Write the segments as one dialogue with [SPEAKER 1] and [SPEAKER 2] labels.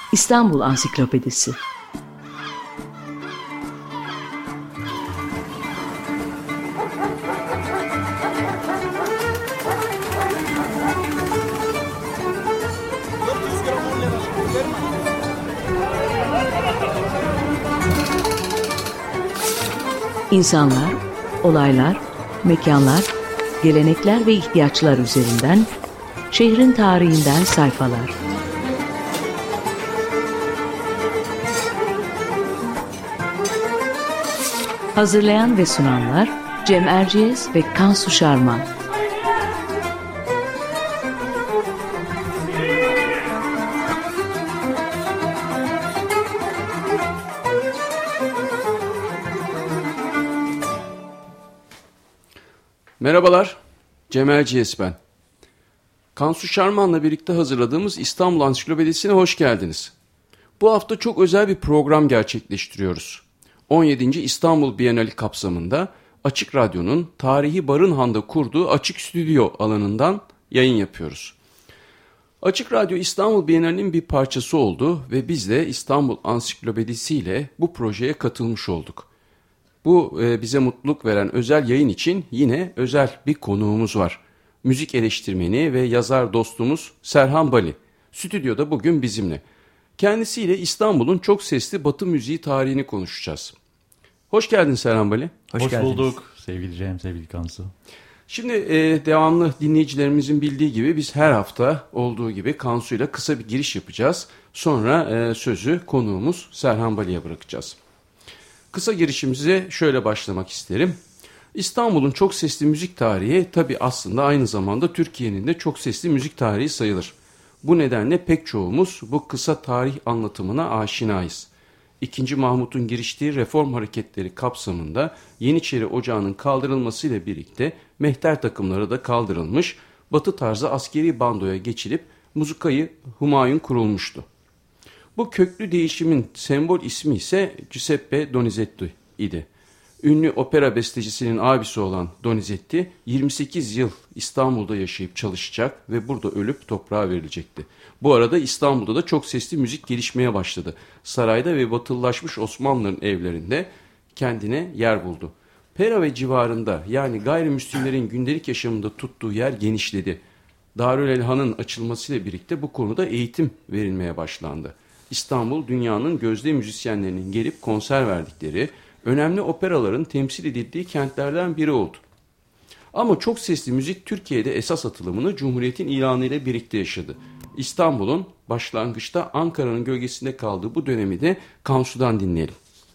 [SPEAKER 1] İstanbul Ansiklopedisi. İnsanlar, olaylar, mekanlar, gelenekler ve ihtiyaçlar üzerinden şehrin tarihinden sayfalar. Hazırlayan ve sunanlar Cem Erciyes ve Kansu Şarman.
[SPEAKER 2] Merhabalar, Cem Erciyes ben. Kansu Şarman'la birlikte hazırladığımız İstanbul Ansiklopedisi'ne hoş geldiniz. Bu hafta çok özel bir program gerçekleştiriyoruz. 17. İstanbul Bienali kapsamında Açık Radyo'nun tarihi Barınhan'da kurduğu Açık Stüdyo alanından yayın yapıyoruz. Açık Radyo İstanbul Bienali'nin bir parçası oldu ve biz de İstanbul Ansiklopedisi ile bu projeye katılmış olduk. Bu bize mutluluk veren özel yayın için yine özel bir konuğumuz var. Müzik eleştirmeni ve yazar dostumuz Serhan Bali. Stüdyoda bugün bizimle. Kendisiyle İstanbul'un çok sesli Batı müziği tarihini konuşacağız. Hoş geldin Serhan Bali.
[SPEAKER 3] Hoş bulduk sevgili Cem, sevgili Kansu.
[SPEAKER 2] Şimdi devamlı dinleyicilerimizin bildiği gibi biz her hafta olduğu gibi Kansu'yla kısa bir giriş yapacağız. Sonra sözü konuğumuz Serhan Bali'ye bırakacağız. Kısa girişimize şöyle başlamak isterim. İstanbul'un çok sesli müzik tarihi tabii aslında aynı zamanda Türkiye'nin de çok sesli müzik tarihi sayılır. Bu nedenle pek çoğumuz bu kısa tarih anlatımına aşinayız. II. Mahmut'un giriştiği reform hareketleri kapsamında Yeniçeri Ocağı'nın kaldırılmasıyla birlikte mehter takımları da kaldırılmış, Batı tarzı askeri bandoya geçilip Muzikayı Humayun kurulmuştu. Bu köklü değişimin sembol ismi ise Giuseppe Donizetti idi. Ünlü opera bestecisinin abisi olan Donizetti 28 yıl İstanbul'da yaşayıp çalışacak ve burada ölüp toprağa verilecekti. Bu arada İstanbul'da da çok sesli müzik gelişmeye başladı. Sarayda ve batılılaşmış Osmanlıların evlerinde kendine yer buldu. Pera ve civarında yani gayrimüslimlerin gündelik yaşamında tuttuğu yer genişledi. Darülelhan'ın açılmasıyla birlikte bu konuda eğitim verilmeye başlandı. İstanbul dünyanın gözde müzisyenlerinin gelip konser verdikleri, önemli operaların temsil edildiği kentlerden biri oldu. Ama çok sesli müzik Türkiye'de esas atılımını Cumhuriyet'in ilanı ile birlikte yaşadı. İstanbul'un başlangıçta Ankara'nın gölgesinde kaldığı bu dönemi de Kansu'dan dinleyelim.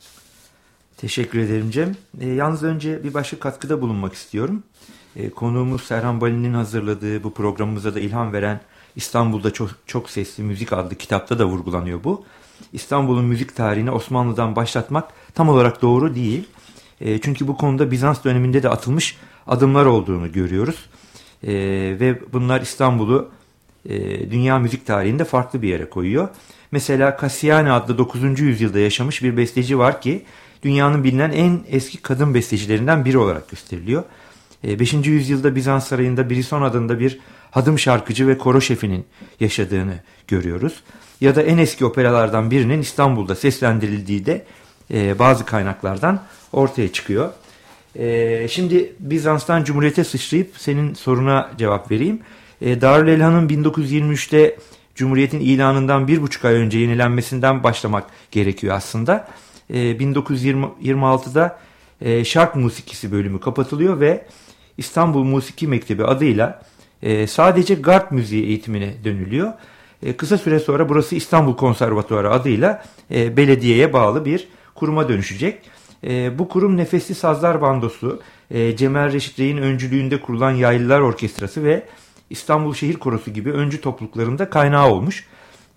[SPEAKER 3] Teşekkür ederim Cem. Yalnız önce bir başka katkıda bulunmak istiyorum. Konuğumuz Serhan Bali'nin hazırladığı bu programımıza da ilham veren İstanbul'da çok sesli müzik adlı kitapta da vurgulanıyor bu. İstanbul'un müzik tarihini Osmanlı'dan başlatmak tam olarak doğru değil. Çünkü bu konuda Bizans döneminde de atılmış adımlar olduğunu görüyoruz. Ve bunlar İstanbul'u dünya müzik tarihinde farklı bir yere koyuyor. Mesela Cassiani adlı 9. yüzyılda yaşamış bir besteci var ki dünyanın bilinen en eski kadın bestecilerinden biri olarak gösteriliyor. 5. yüzyılda Bizans sarayında Brison adında bir hadım şarkıcı ve koro şefinin yaşadığını görüyoruz. Ya da en eski operalardan birinin İstanbul'da seslendirildiği de bazı kaynaklardan ortaya çıkıyor. Şimdi Bizans'tan Cumhuriyet'e sıçrayıp senin soruna cevap vereyim. Darülelhan'ın 1923'te Cumhuriyet'in ilanından 1,5 ay önce yenilenmesinden başlamak gerekiyor aslında. 1926'da şark musikisi bölümü kapatılıyor ve İstanbul Musiki Mektebi adıyla sadece gard müziği eğitimine dönülüyor. Kısa süre sonra burası İstanbul Konservatuarı adıyla belediyeye bağlı bir kuruma dönüşecek. Bu kurum Nefesli Sazlar Bandosu, Cemal Reşit Rey'in öncülüğünde kurulan Yaylılar Orkestrası ve İstanbul Şehir Korosu gibi öncü topluluklarında kaynağı olmuş.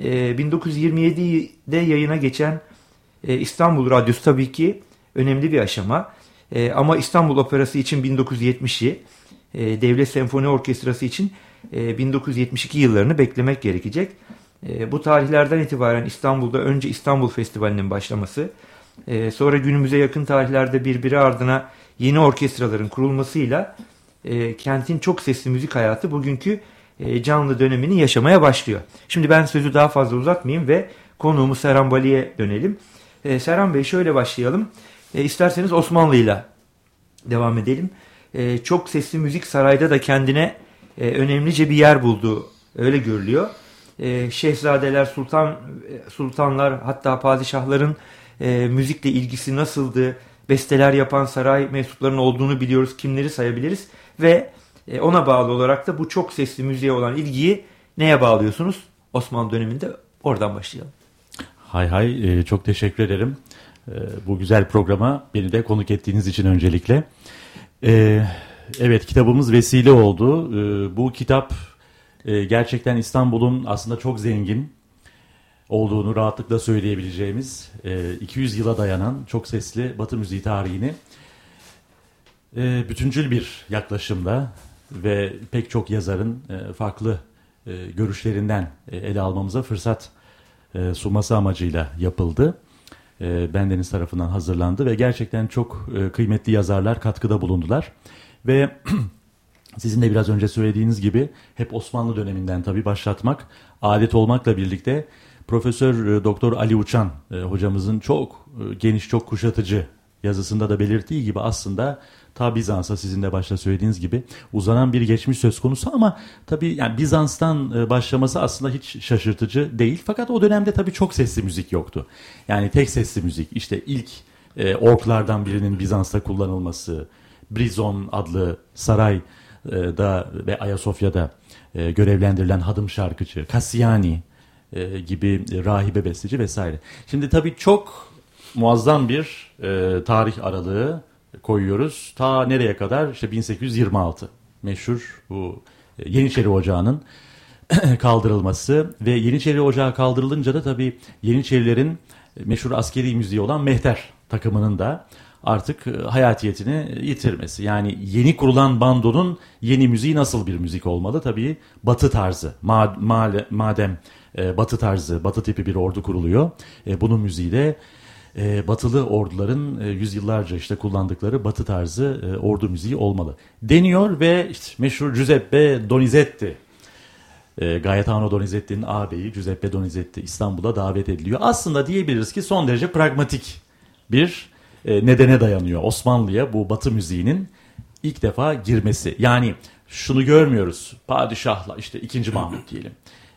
[SPEAKER 3] 1927'de yayına geçen İstanbul Radyosu tabii ki önemli bir aşama. Ama İstanbul Operası için 1970'i, Devlet Senfoni Orkestrası için 1972 yıllarını beklemek gerekecek. Bu tarihlerden itibaren İstanbul'da önce İstanbul Festivali'nin başlaması, sonra günümüze yakın tarihlerde birbiri ardına yeni orkestraların kurulmasıyla kentin çok sesli müzik hayatı bugünkü canlı dönemini yaşamaya başlıyor. Şimdi ben sözü daha fazla uzatmayayım ve konuğumuz Serhan Bali'ye dönelim. Serhan Bey, şöyle başlayalım. İsterseniz Osmanlı'yla devam edelim. Çok sesli müzik sarayda da kendine önemlice bir yer buldu. Öyle görülüyor. Şehzadeler, sultanlar, hatta padişahların müzikle ilgisi nasıldı? Besteler yapan saray mensuplarının olduğunu biliyoruz. Kimleri sayabiliriz? Ve ona bağlı olarak da bu çok sesli müziğe olan ilgiyi neye bağlıyorsunuz? Osmanlı döneminde oradan başlayalım.
[SPEAKER 4] Hay çok teşekkür ederim. Bu güzel programa beni de konuk ettiğiniz için öncelikle. Evet, kitabımız vesile oldu. Bu kitap gerçekten İstanbul'un aslında çok zengin olduğunu rahatlıkla söyleyebileceğimiz 200 yıla dayanan çok sesli Batı müziği tarihini bütüncül bir yaklaşımla ve pek çok yazarın farklı görüşlerinden ele almamıza fırsat sunması amacıyla yapıldı. Bendeniz tarafından hazırlandı ve gerçekten çok kıymetli yazarlar katkıda bulundular. Ve sizin de biraz önce söylediğiniz gibi hep Osmanlı döneminden tabii başlatmak adet olmakla birlikte Profesör Doktor Ali Uçan hocamızın çok geniş, çok kuşatıcı yazısında da belirttiği gibi aslında ta Bizans'a, sizin de başta söylediğiniz gibi uzanan bir geçmiş söz konusu, ama tabii yani Bizans'tan başlaması aslında hiç şaşırtıcı değil. Fakat o dönemde tabii çok sesli müzik yoktu. Yani tek sesli müzik, işte ilk orklardan birinin Bizans'ta kullanılması, Brizon adlı sarayda ve Ayasofya'da görevlendirilen hadım şarkıcı, Kasyani gibi rahibe besteci vesaire. Şimdi tabii çok muazzam bir tarih aralığı koyuyoruz. Ta nereye kadar? İşte 1826. Meşhur bu Yeniçeri Ocağı'nın kaldırılması ve Yeniçeri Ocağı kaldırılınca da tabii Yeniçerilerin meşhur askeri müziği olan mehter takımının da artık hayatiyetini yitirmesi. Yani yeni kurulan bandonun yeni müziği nasıl bir müzik olmalı? Tabii Batı tarzı. Madem Batı tarzı, Batı tipi bir ordu kuruluyor, bunun müziği de Batılı orduların yüzyıllarca işte kullandıkları Batı tarzı ordu müziği olmalı deniyor ve işte meşhur Giuseppe Donizetti, Gaetano Donizetti'nin ağabeyi Giuseppe Donizetti İstanbul'a davet ediliyor. Aslında diyebiliriz ki son derece pragmatik bir nedene dayanıyor Osmanlı'ya bu Batı müziğinin ilk defa girmesi. Yani şunu görmüyoruz, padişahla işte 2. Mahmut diyelim,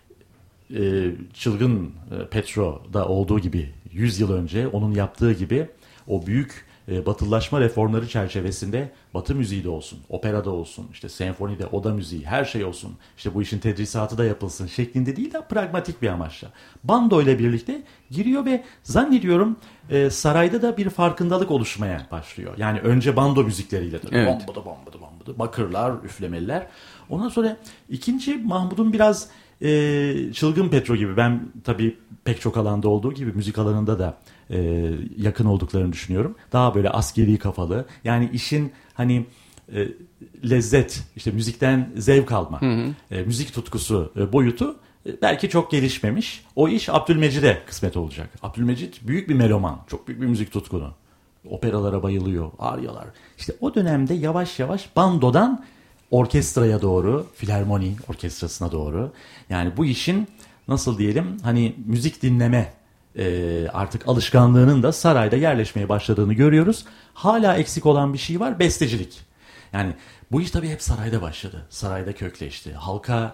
[SPEAKER 4] çılgın Petro'da olduğu gibi 100 yıl önce onun yaptığı gibi o büyük batılılaşma reformları çerçevesinde Batı müziği de olsun, opera da olsun, işte senfonide, oda müziği, her şey olsun, işte bu işin tedrisatı da yapılsın şeklinde değil de pragmatik bir amaçla. Bando ile birlikte giriyor ve zannediyorum sarayda da bir farkındalık oluşmaya başlıyor. Yani önce bando müzikleriyle tabii. Evet. Bombada, bakırlar, üflemeliler. Ondan sonra 2. Mahmud'un biraz çılgın Petro gibi, ben tabii pek çok alanda olduğu gibi müzik alanında da yakın olduklarını düşünüyorum. Daha böyle askeri kafalı, yani işin hani lezzet, işte müzikten zevk alma, müzik tutkusu boyutu belki çok gelişmemiş. O iş Abdülmecid'e kısmet olacak. Abdülmecid büyük bir meloman, çok büyük bir müzik tutkunu. Operalara bayılıyor, aryalar. İşte o dönemde yavaş yavaş bandodan orkestraya doğru, filarmoni orkestrasına doğru, yani bu işin nasıl diyelim hani müzik dinleme artık alışkanlığının da sarayda yerleşmeye başladığını görüyoruz. Hala eksik olan bir şey var, bestecilik. Yani bu iş tabii hep sarayda başladı, sarayda kökleşti. Halka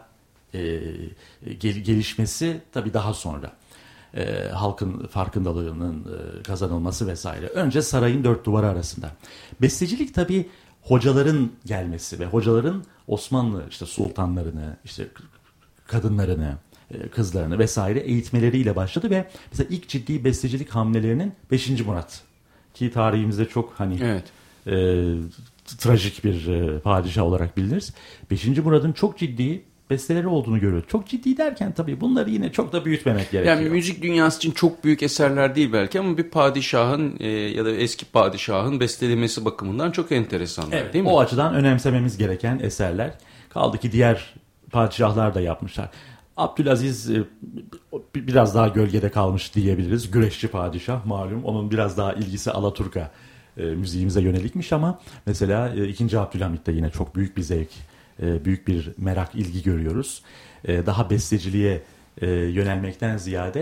[SPEAKER 4] gelişmesi tabii daha sonra. Halkın farkındalığının kazanılması vesaire. Önce sarayın dört duvarı arasında. Bestecilik tabii hocaların gelmesi ve hocaların Osmanlı işte sultanlarını, işte kadınlarını, kızlarını vesaire eğitmeleriyle başladı ve mesela ilk ciddi bestecilik hamlelerinin 5. Murat, ki tarihimizde çok hani evet, trajik bir padişah olarak biliriz. 5. Murat'ın çok ciddi besteleri olduğunu görüyoruz. Çok ciddi derken tabii bunları yine çok da büyütmemek gerekiyor.
[SPEAKER 2] Yani müzik dünyası için çok büyük eserler değil belki, ama bir padişahın ya da eski padişahın bestelemesi bakımından çok enteresanlar,
[SPEAKER 4] evet,
[SPEAKER 2] değil mi?
[SPEAKER 4] O açıdan önemsememiz gereken eserler. Kaldı ki diğer padişahlar da yapmışlar. Abdülaziz biraz daha gölgede kalmış diyebiliriz. Güreşçi padişah malum. Onun biraz daha ilgisi Alaturka müziğimize yönelikmiş, ama mesela 2. Abdülhamit'te yine çok büyük bir zevk, büyük bir merak, ilgi görüyoruz. Daha besteciliğe yönelmekten ziyade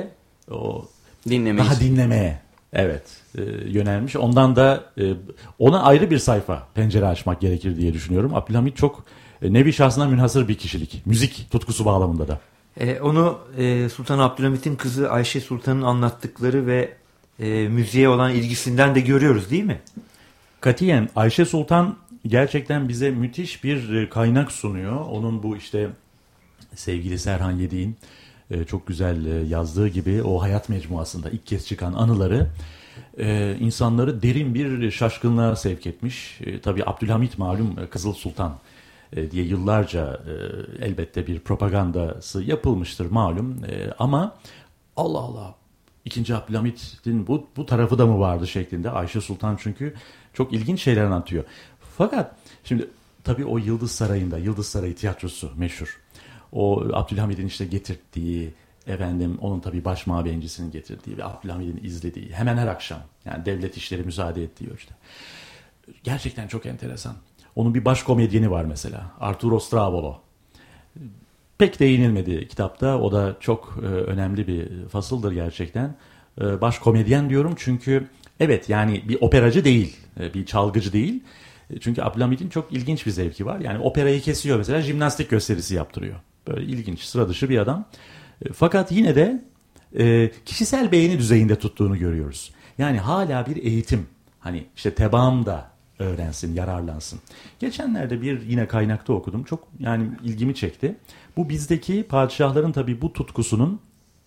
[SPEAKER 4] o
[SPEAKER 2] Dinlemeyiz.
[SPEAKER 4] daha dinlemeye yönelmiş. Ondan da ona ayrı bir sayfa, pencere açmak gerekir diye düşünüyorum. Abdülhamit çok nevi şahsına münhasır bir kişilik. Müzik tutkusu bağlamında da.
[SPEAKER 3] Onu Sultan Abdülhamit'in kızı Ayşe Sultan'ın anlattıkları ve müziğe olan ilgisinden de görüyoruz, değil mi?
[SPEAKER 4] Katiyen Ayşe Sultan gerçekten bize müthiş bir kaynak sunuyor. Onun bu işte sevgili Serhan Yediğin çok güzel yazdığı gibi o hayat mecmuasında ilk kez çıkan anıları insanları derin bir şaşkınlığa sevk etmiş. Tabii Abdülhamit malum Kızıl Sultan diye yıllarca elbette bir propagandası yapılmıştır malum. Ama Allah Allah, İkinci Abdülhamit'in bu tarafı da mı vardı şeklinde. Ayşe Sultan çünkü çok ilginç şeyler anlatıyor. Fakat şimdi tabii o Yıldız Sarayı'nda, Yıldız Sarayı tiyatrosu meşhur. O Abdülhamid'in işte getirdiği, onun tabii baş mabeyincisinin getirdiği ve Abdülhamid'in izlediği hemen her akşam, yani devlet işleri müsaade ettiği işte. Gerçekten çok enteresan. Onun bir baş komedyeni var mesela, Arturo Strabolo. Pek değinilmedi kitapta, o da çok önemli bir fasıldır gerçekten. Baş komedyen diyorum çünkü evet, yani bir operacı değil, bir çalgıcı değil. Çünkü Abdülhamid'in çok ilginç bir zevki var. Yani operayı kesiyor mesela, jimnastik gösterisi yaptırıyor. Böyle ilginç, sıra dışı bir adam. Fakat yine de kişisel beğeni düzeyinde tuttuğunu görüyoruz. Yani hala bir eğitim. Hani işte tebaam da öğrensin, yararlansın. Geçenlerde bir yine kaynakta okudum. Çok yani ilgimi çekti. Bu bizdeki padişahların tabii bu tutkusunun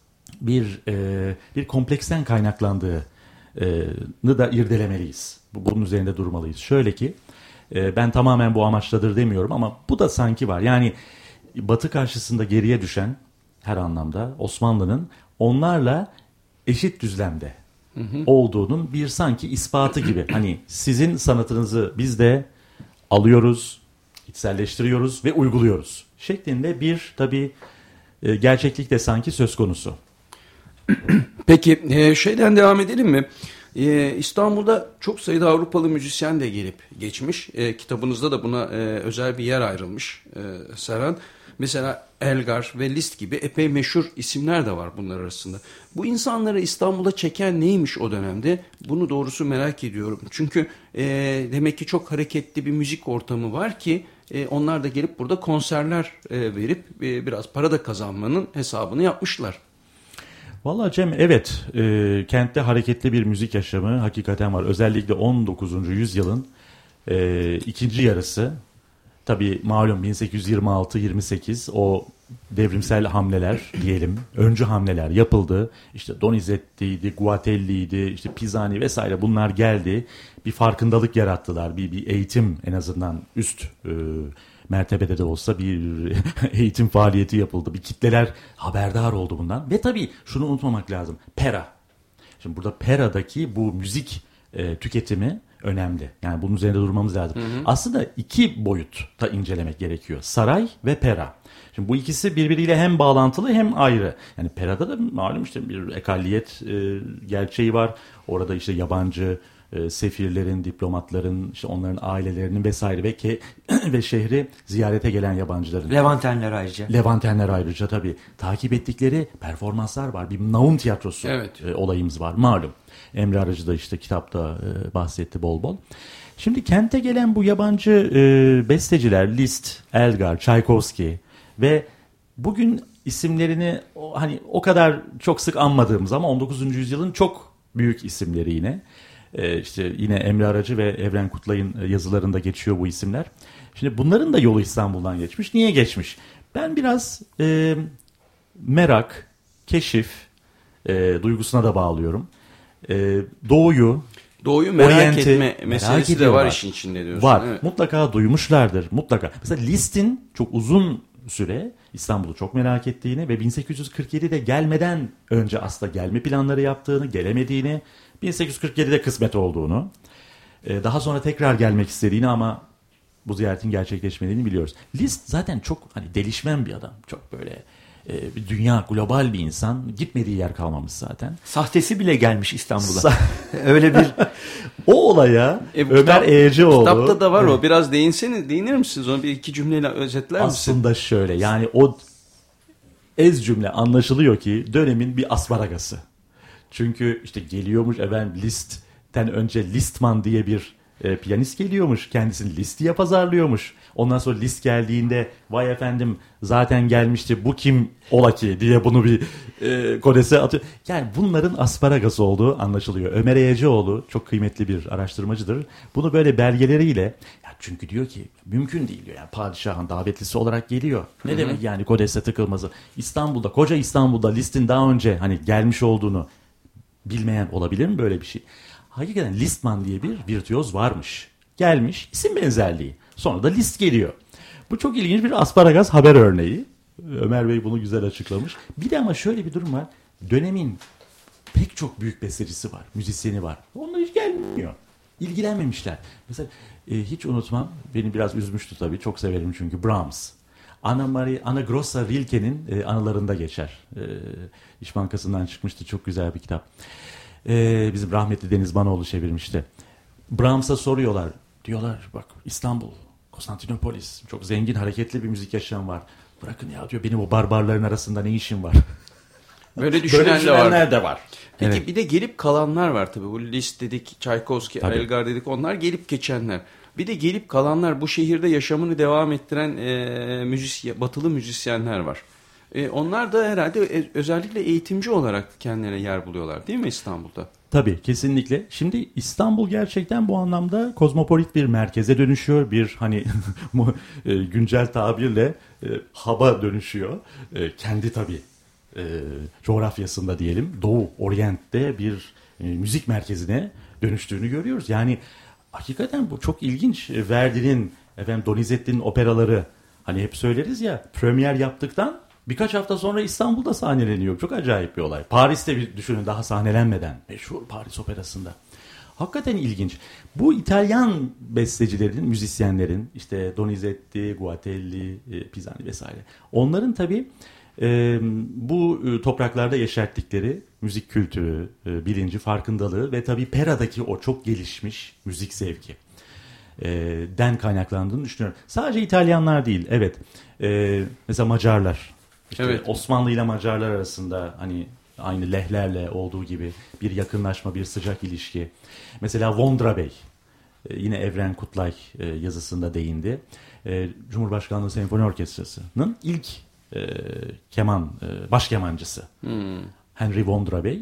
[SPEAKER 4] bir kompleksten kaynaklandığını da irdelemeliyiz. Bunun üzerinde durmalıyız. Şöyle ki ben tamamen bu amaçladır demiyorum ama bu da sanki var. Yani Batı karşısında geriye düşen her anlamda Osmanlı'nın onlarla eşit düzlemde olduğunun bir sanki ispatı gibi. Hani sizin sanatınızı biz de alıyoruz, içselleştiriyoruz ve uyguluyoruz şeklinde bir tabii gerçeklik de sanki söz konusu.
[SPEAKER 2] Peki şeyden devam edelim mi? İstanbul'da çok sayıda Avrupalı müzisyen de gelip geçmiş. Kitabınızda da buna özel bir yer ayrılmış Serhan. Mesela Elgar ve Liszt gibi epey meşhur isimler de var bunlar arasında. Bu insanları İstanbul'a çeken neymiş o dönemde? Bunu doğrusu merak ediyorum. Çünkü demek ki çok hareketli bir müzik ortamı var ki onlar da gelip burada konserler verip biraz para da kazanmanın hesabını yapmışlar.
[SPEAKER 4] Vallahi Cem, evet, kentte hareketli bir müzik yaşamı hakikaten var. Özellikle 19. yüzyılın ikinci yarısı. Tabii malum 1826-28 o devrimsel hamleler diyelim, öncü hamleler yapıldı. İşte Donizetti'ydi, Guatelli'ydi, işte Pisani vesaire, bunlar geldi. Bir farkındalık yarattılar, bir eğitim, en azından üst mertebede de olsa bir eğitim faaliyeti yapıldı. Bir kitleler haberdar oldu bundan. Ve tabii şunu unutmamak lazım, Pera. Şimdi burada Pera'daki bu müzik tüketimi önemli. Yani bunun üzerinde durmamız lazım. Aslında iki boyutta incelemek gerekiyor. Saray ve Pera. Şimdi bu ikisi birbiriyle hem bağlantılı hem ayrı. Yani Pera'da da malum işte bir ekalliyet gerçeği var. Orada işte yabancı sefirlerin, diplomatların, işte onların ailelerinin vesaire ve şehri ziyarete gelen yabancıların. Levantenler ayrıca tabii takip ettikleri performanslar var. Bir Naum tiyatrosu olayımız var malum. Emre Aracı da işte kitapta bahsetti bol bol. Şimdi kente gelen bu yabancı besteciler Liszt, Elgar, Tchaikovsky ve bugün isimlerini hani o kadar çok sık anmadığımız ama 19. yüzyılın çok büyük isimleri yine. İşte yine Emre Aracı ve Evren Kutlay'ın yazılarında geçiyor bu isimler. Şimdi bunların da yolu İstanbul'dan geçmiş. Niye geçmiş? Ben biraz merak, keşif duygusuna da bağlıyorum. Doğuyu
[SPEAKER 2] merak etme meselesi de var işin içinde diyorsun.
[SPEAKER 4] Var.
[SPEAKER 2] Evet.
[SPEAKER 4] Mutlaka duymuşlardır. Mutlaka. Mesela Liszt'in çok uzun süre İstanbul'u çok merak ettiğini ve 1847'de gelmeden önce aslında gelme planları yaptığını, gelemediğini, 1847'de kısmet olduğunu, daha sonra tekrar gelmek istediğini ama bu ziyaretin gerçekleşmediğini biliyoruz. Liszt zaten çok hani delişmen bir adam. Çok böyle bir dünya, global bir insan. Gitmediği yer kalmamış zaten.
[SPEAKER 3] Sahtesi bile gelmiş İstanbul'a. Öyle bir
[SPEAKER 4] o olaya Ömer Eğircioğlu.
[SPEAKER 2] Kitapta da var o. Biraz değinir misiniz? Onu bir iki cümleyle özetler misiniz?
[SPEAKER 4] Aslında şöyle, yani o ez cümle anlaşılıyor ki dönemin bir asparagası. Çünkü işte geliyormuş Liszt'ten önce Listman diye bir piyanist geliyormuş. Kendisini Liszt'e pazarlıyormuş. Ondan sonra Liszt geldiğinde vay efendim zaten gelmişti bu kim ola ki diye bunu bir kodese atıyor. Yani bunların asparagası olduğu anlaşılıyor. Ömer Eyeceoğlu çok kıymetli bir araştırmacıdır. Bunu böyle belgeleriyle ya çünkü diyor ki mümkün değil diyor. Yani padişahın davetlisi olarak geliyor. Ne demek yani kodese tıkılması? İstanbul'da koca İstanbul'da Liszt'in daha önce hani gelmiş olduğunu bilmeyen olabilir mi böyle bir şey? Hakikaten Listman diye bir virtüöz varmış. Gelmiş, isim benzerliği. Sonra da Liszt geliyor. Bu çok ilginç bir asparagas haber örneği. Ömer Bey bunu güzel açıklamış. Bir de ama şöyle bir durum var. Dönemin pek çok büyük bestecisi var, müzisyeni var. Onlar hiç gelmiyor. İlgilenmemişler. Mesela hiç unutmam, beni biraz üzmüştü tabii. Çok severim çünkü Brahms. Anna Grossa Rilke'nin anılarında geçer. İş Bankası'ndan çıkmıştı. Çok güzel bir kitap. Bizim rahmetli Deniz Banoğlu çevirmişti. Brahms'a soruyorlar. Diyorlar bak İstanbul, Konstantinopolis çok zengin hareketli bir müzik yaşamı var. Bırakın ya diyor benim o barbarların arasında ne işim var?
[SPEAKER 2] Böyle düşünenler
[SPEAKER 4] de var.
[SPEAKER 2] Peki
[SPEAKER 3] Evet.
[SPEAKER 2] bir de gelip kalanlar var tabii. Bu Liszt dedik, Tchaikovsky, Elgar dedik. Onlar gelip geçenler. Bir de gelip kalanlar bu şehirde yaşamını devam ettiren batılı müzisyenler var. Onlar da herhalde özellikle eğitimci olarak kendilerine yer buluyorlar değil mi İstanbul'da?
[SPEAKER 4] Tabii kesinlikle. Şimdi İstanbul gerçekten bu anlamda kozmopolit bir merkeze dönüşüyor. Bir hani güncel tabirle hub'a dönüşüyor. Kendi tabii coğrafyasında diyelim Doğu, Orient'te bir müzik merkezine dönüştüğünü görüyoruz. Yani hakikaten bu çok ilginç. Verdi'nin, Donizetti'nin operaları hani hep söyleriz ya premier yaptıktan birkaç hafta sonra İstanbul'da sahneleniyor. Çok acayip bir olay. Paris'te bir düşünün daha sahnelenmeden. Meşhur Paris Operası'nda. Hakikaten ilginç. Bu İtalyan bestecilerin, müzisyenlerin işte Donizetti, Guatelli, Pisani vesaire. Onların tabii bu topraklarda yeşerttikleri müzik kültürü, bilinci, farkındalığı ve tabii Pera'daki o çok gelişmiş müzik zevki den kaynaklandığını düşünüyorum. Sadece İtalyanlar değil, evet. Mesela Macarlar. İşte
[SPEAKER 2] evet.
[SPEAKER 4] Osmanlı ile Macarlar arasında hani aynı Lehlerle olduğu gibi bir yakınlaşma, bir sıcak ilişki. Mesela Vondra Bey, yine Evren Kutlay yazısında değindi. Cumhurbaşkanlığı Senfoni Orkestrası'nın ilk baş kemancısı. Henry Vondra Bey.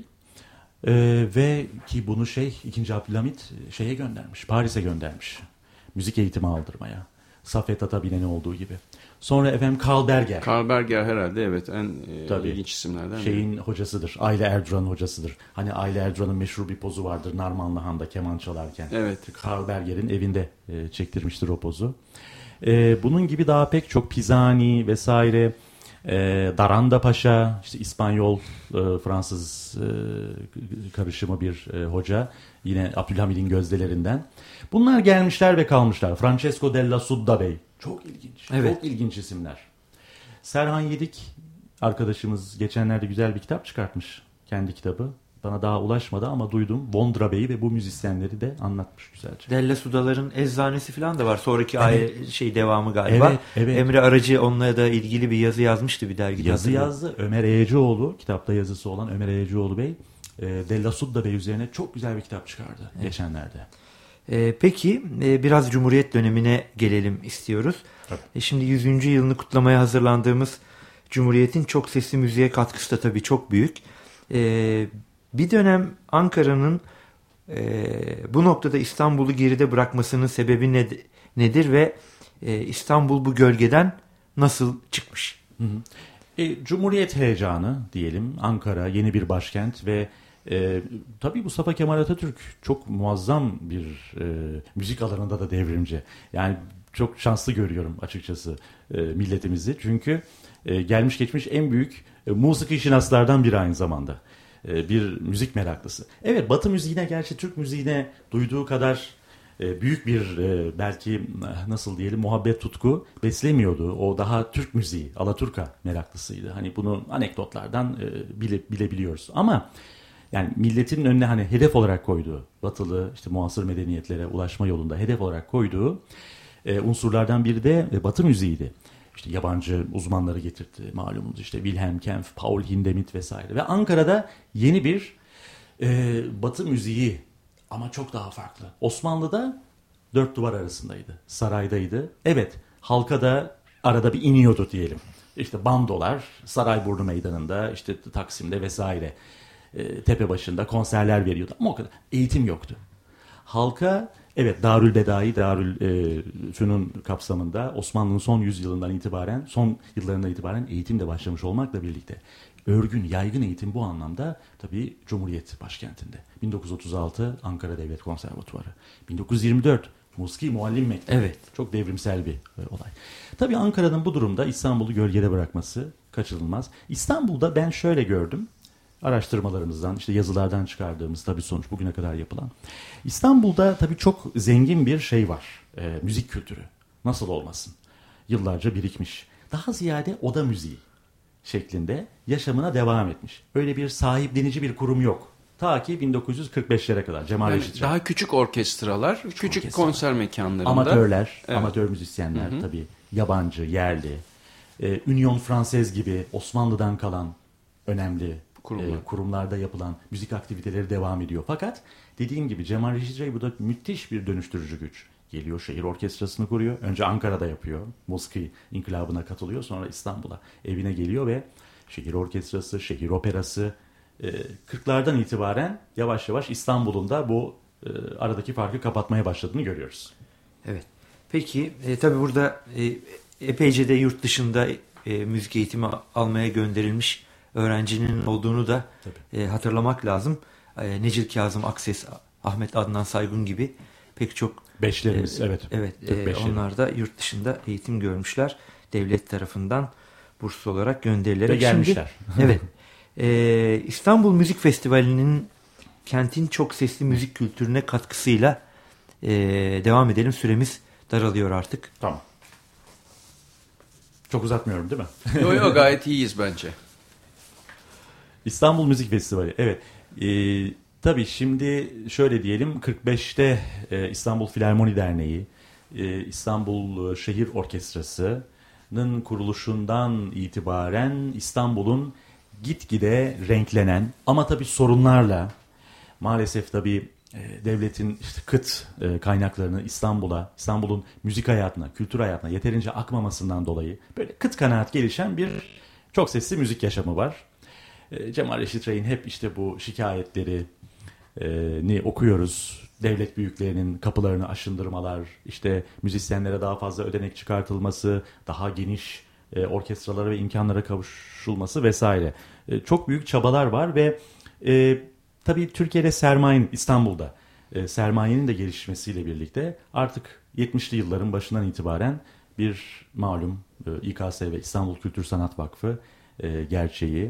[SPEAKER 4] Ve ki bunu 2. Abdülhamit göndermiş, Paris'e göndermiş. Müzik eğitimi aldırmaya. Safet Atabilen'i olduğu gibi. Sonra Karl Berger.
[SPEAKER 2] Karl Berger herhalde evet en ilginç isimlerden biri.
[SPEAKER 4] Hocasıdır. Aile Erduran'ın hocasıdır. Hani Aile Erduran'ın meşhur bir pozu vardır Narmanlı Han'da keman çalarken.
[SPEAKER 2] Evet.
[SPEAKER 4] Karl Berger'in evinde çektirmiştir o pozu. Bunun gibi daha pek çok Pisani vesaire, Daranda Paşa, işte İspanyol Fransız karışımı bir hoca. Yine Abdülhamid'in gözdelerinden. Bunlar gelmişler ve kalmışlar. Francesco della Sudda Bey. Çok ilginç.
[SPEAKER 3] Evet.
[SPEAKER 4] Çok ilginç isimler. Serhan Yedik arkadaşımız geçenlerde güzel bir kitap çıkartmış. Kendi kitabı. Bana daha ulaşmadı ama duydum. Vondra Bey'i ve bu müzisyenleri de anlatmış güzelce.
[SPEAKER 3] Della Sudaların eczanesi falan da var. Sonraki devamı galiba.
[SPEAKER 4] Evet.
[SPEAKER 3] Emre Aracı onunla da ilgili bir yazı yazmıştı bir dergide.
[SPEAKER 4] Yazı yazdı. Ömer Eyeceoğlu, kitapta yazısı olan Ömer Eyeceoğlu Bey, Della Sudda Bey üzerine çok güzel bir kitap çıkardı geçenlerde.
[SPEAKER 3] Peki biraz Cumhuriyet dönemine gelelim istiyoruz. Şimdi 100. yılını kutlamaya hazırlandığımız Cumhuriyet'in çok sesli müziğe katkısı da tabii çok büyük. Bir dönem Ankara'nın bu noktada İstanbul'u geride bırakmasının sebebi nedir ve İstanbul bu gölgeden nasıl çıkmış?
[SPEAKER 4] Cumhuriyet heyecanı diyelim, Ankara yeni bir başkent ve tabii Mustafa Kemal Atatürk çok muazzam bir müzik alanında da devrimci. Yani çok şanslı görüyorum açıkçası milletimizi. Çünkü gelmiş geçmiş en büyük musiki şinaslardan biri aynı zamanda. Bir müzik meraklısı. Evet, Batı müziğine, gerçi Türk müziğine duyduğu kadar büyük bir belki nasıl diyelim muhabbet, tutku beslemiyordu. O daha Türk müziği, Alaturka meraklısıydı. Hani bunu anekdotlardan bilebiliyoruz. Ama yani milletin önüne hani hedef olarak koyduğu, batılı işte muasır medeniyetlere ulaşma yolunda hedef olarak koyduğu unsurlardan biri de Batı müziğiydi. işte yabancı uzmanları getirdi malumunuz, işte Wilhelm Kempf, Paul Hindemith vesaire. Ve Ankara'da yeni bir Batı müziği, ama çok daha farklı. Osmanlı'da dört duvar arasındaydı, saraydaydı. Evet, halka da arada bir iniyordu diyelim. İşte bandolar Sarayburnu Meydanı'nda, işte Taksim'de vesaire, Tepebaşı'nda konserler veriyordu ama o kadar. Eğitim yoktu. Halka evet Darül Bedai, Darül Fünun kapsamında Osmanlı'nın son yüzyılından itibaren, son yıllarından itibaren eğitim de başlamış olmakla birlikte örgün, yaygın eğitim bu anlamda tabii Cumhuriyet başkentinde. 1936 Ankara Devlet Konservatuvarı, 1924 Musiki Muallim Mektebi.
[SPEAKER 3] Evet.
[SPEAKER 4] Çok devrimsel bir olay. Tabii Ankara'nın bu durumda İstanbul'u gölgede bırakması kaçınılmaz. İstanbul'da ben şöyle gördüm, araştırmalarımızdan, işte yazılardan çıkardığımız tabii sonuç bugüne kadar yapılan. İstanbul'da tabii çok zengin bir şey var. Müzik kültürü. Nasıl olmasın? Yıllarca birikmiş. Daha ziyade oda müziği şeklinde yaşamına devam etmiş. Öyle bir sahiplenici bir kurum yok. Ta ki 1945'lere kadar. Cemal
[SPEAKER 2] Yani
[SPEAKER 4] Reşit Rey.
[SPEAKER 2] daha küçük orkestralar, küçük
[SPEAKER 4] orkestralar.
[SPEAKER 2] konser mekanlarında.
[SPEAKER 4] Amatörler,
[SPEAKER 2] Evet.
[SPEAKER 4] amatör müzisyenler tabii. Yabancı, yerli. Union Française gibi Osmanlı'dan kalan önemli kurumlarda yapılan müzik aktiviteleri devam ediyor. Fakat dediğim gibi Cemal Reşit Rey burada müthiş bir dönüştürücü güç. Geliyor, şehir orkestrasını kuruyor. Önce Ankara'da yapıyor. Musiki inkılabına katılıyor. Sonra İstanbul'a evine geliyor ve şehir orkestrası, şehir operası 40'lardan itibaren yavaş yavaş İstanbul'un da bu aradaki farkı kapatmaya başladığını görüyoruz.
[SPEAKER 3] Evet. Peki tabii burada epeyce de yurt dışında müzik eğitimi almaya gönderilmiş öğrencinin olduğunu da hatırlamak lazım. Necil Kazım Akses, Ahmet Adnan Saygun gibi pek çok
[SPEAKER 4] Beşlerimiz, evet.
[SPEAKER 3] Onlar da yurt dışında eğitim görmüşler. Devlet tarafından burslu olarak gönderilerek.
[SPEAKER 4] Ve gelmişler.
[SPEAKER 3] Şimdi, evet. İstanbul Müzik Festivali'nin kentin çok sesli müzik kültürüne katkısıyla devam edelim. Süremiz daralıyor artık.
[SPEAKER 4] Tamam. Çok uzatmıyorum değil mi?
[SPEAKER 2] Yok gayet iyiyiz bence.
[SPEAKER 4] İstanbul Müzik Festivali, evet. Tabii şimdi şöyle diyelim, 45'te İstanbul Filarmoni Derneği, İstanbul Şehir Orkestrası'nın kuruluşundan itibaren İstanbul'un gitgide renklenen ama tabii sorunlarla, maalesef tabii devletin işte kıt kaynaklarını İstanbul'un müzik hayatına, kültür hayatına yeterince akmamasından dolayı böyle kıt kanaat gelişen bir çok sesli müzik yaşamı var. Cemal Reşit Rey'in hep işte bu şikayetlerini okuyoruz. Devlet büyüklerinin kapılarını aşındırmalar, işte müzisyenlere daha fazla ödenek çıkartılması, daha geniş orkestralara ve imkanlara kavuşulması vesaire. Çok büyük çabalar var ve tabii Türkiye'de sermayenin, İstanbul'da sermayenin de gelişmesiyle birlikte artık 70'li yılların başından itibaren bir malum İKSV İstanbul Kültür Sanat Vakfı gerçeği,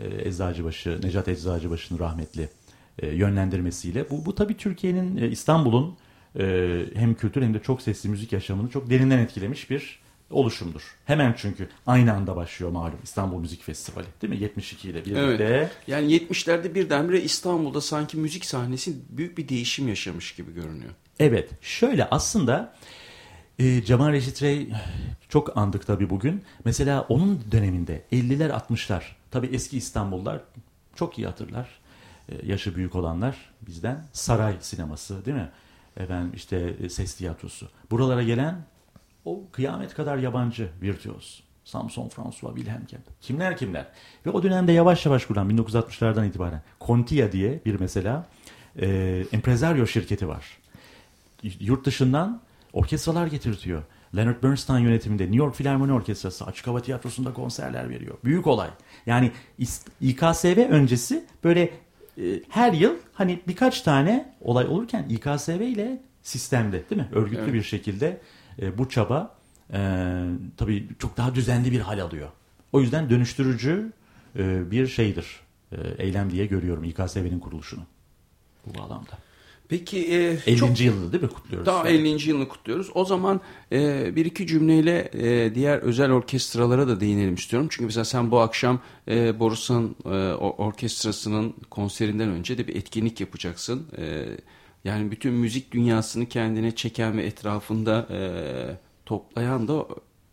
[SPEAKER 4] Necat Eczacıbaşı'nın rahmetli yönlendirmesiyle bu tabii Türkiye'nin, İstanbul'un hem kültür hem de çok sesli müzik yaşamını çok derinden etkilemiş bir oluşumdur. Hemen çünkü aynı anda başlıyor malum İstanbul Müzik Festivali, değil mi? 72 ile birlikte.
[SPEAKER 2] Evet. Yani 70'lerde birdenbire İstanbul'da sanki müzik sahnesi büyük bir değişim yaşamış gibi görünüyor.
[SPEAKER 4] Evet. Şöyle aslında Cemal Reşit Rey çok andık tabii bugün. Mesela onun döneminde 50'ler 60'lar tabii eski İstanbullular çok iyi hatırlar. Yaşı büyük olanlar bizden saray sineması, değil mi? Efendim işte ses tiyatrosu. Buralara gelen o kıyamet kadar yabancı virtüöz. Samson François, Wilhelm Kempf. Kimler. Ve o dönemde yavaş yavaş kurulan 1960'lardan itibaren Contia diye bir mesela empresario şirketi var. Yurt dışından orkestralar getirtiyor. Leonard Bernstein yönetiminde New York Filarmoni Orkestrası Açık Hava Tiyatrosu'nda konserler veriyor. Büyük olay. Yani İKSV öncesi böyle her yıl hani birkaç tane olay olurken İKSV ile sistemde, değil mi? Örgütlü bir şekilde bu çaba tabii çok daha düzenli bir hal alıyor. O yüzden dönüştürücü bir şeydir. Eylem diye görüyorum İKSV'nin kuruluşunu bu bağlamda.
[SPEAKER 2] Peki
[SPEAKER 4] 50. yılını değil mi kutluyoruz?
[SPEAKER 2] Daha 50. yılını kutluyoruz. O zaman bir iki cümleyle diğer özel orkestralara da değinelim istiyorum. Çünkü mesela sen bu akşam Borusan Orkestrası'nın konserinden önce de bir etkinlik yapacaksın. Yani bütün müzik dünyasını kendine çeken ve etrafında toplayan da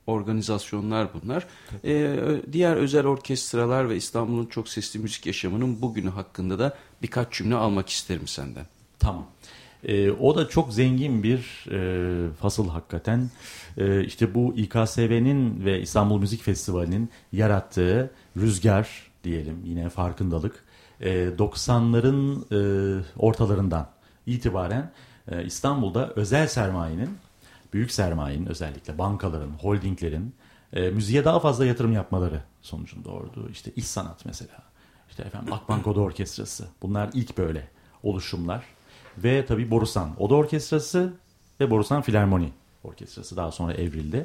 [SPEAKER 2] organizasyonlar bunlar. Diğer özel orkestralar ve İstanbul'un çok sesli müzik yaşamının bugünü hakkında da birkaç cümle almak isterim senden.
[SPEAKER 4] Tamam. O da çok zengin bir fasıl hakikaten. İşte bu İKSV'nin ve İstanbul Müzik Festivali'nin yarattığı rüzgar diyelim, yine farkındalık. 90'ların ortalarından itibaren İstanbul'da özel sermayenin, büyük sermayenin, özellikle bankaların, holdinglerin müziğe daha fazla yatırım yapmaları sonucunda oldu. İşte İş Sanat mesela, işte efendim Akbank Oda Orkestrası, bunlar ilk böyle oluşumlar. Ve tabii Borusan Oda Orkestrası ve Borusan Filarmoni Orkestrası daha sonra evrildi.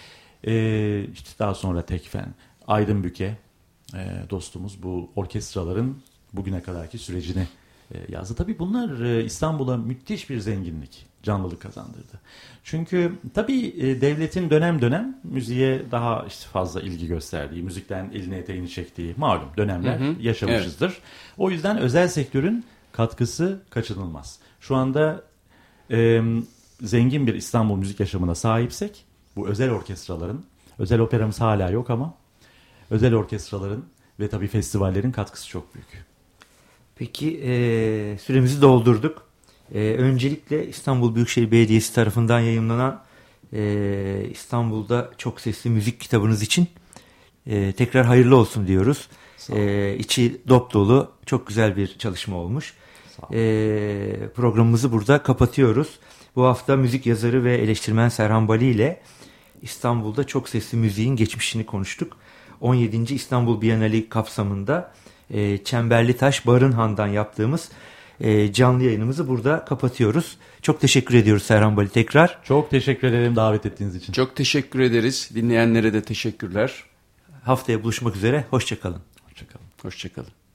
[SPEAKER 4] İşte daha sonra Tekfen, Aydın Büke dostumuz bu orkestraların bugüne kadarki sürecini yazdı. Tabii bunlar İstanbul'a müthiş bir zenginlik, canlılık kazandırdı. Çünkü tabii devletin dönem dönem müziğe daha işte fazla ilgi gösterdiği, müzikten elini eteğini çektiği malum dönemler yaşamışızdır. Evet. O yüzden özel sektörün katkısı kaçınılmaz. Şu anda zengin bir İstanbul müzik yaşamına sahipsek bu özel orkestraların, özel operamız hala yok ama özel orkestraların ve tabii festivallerin katkısı çok büyük.
[SPEAKER 3] Peki süremizi doldurduk. Öncelikle İstanbul Büyükşehir Belediyesi tarafından yayımlanan İstanbul'da çok sesli müzik kitabınız için tekrar hayırlı olsun diyoruz. İçi dop dolu çok güzel bir çalışma olmuş. Programımızı burada kapatıyoruz. Bu hafta müzik yazarı ve eleştirmen Serhan Bali ile İstanbul'da çok sesli müziğin geçmişini konuştuk. 17. İstanbul Bienali kapsamında Çemberlitaş Barınhan'dan yaptığımız canlı yayınımızı burada kapatıyoruz. Çok teşekkür ediyoruz Serhan Bali tekrar.
[SPEAKER 4] Çok teşekkür ederim davet ettiğiniz için.
[SPEAKER 2] Çok teşekkür ederiz. Dinleyenlere de teşekkürler.
[SPEAKER 3] Haftaya buluşmak üzere. Hoşça kalın.
[SPEAKER 2] Hoşça kalın.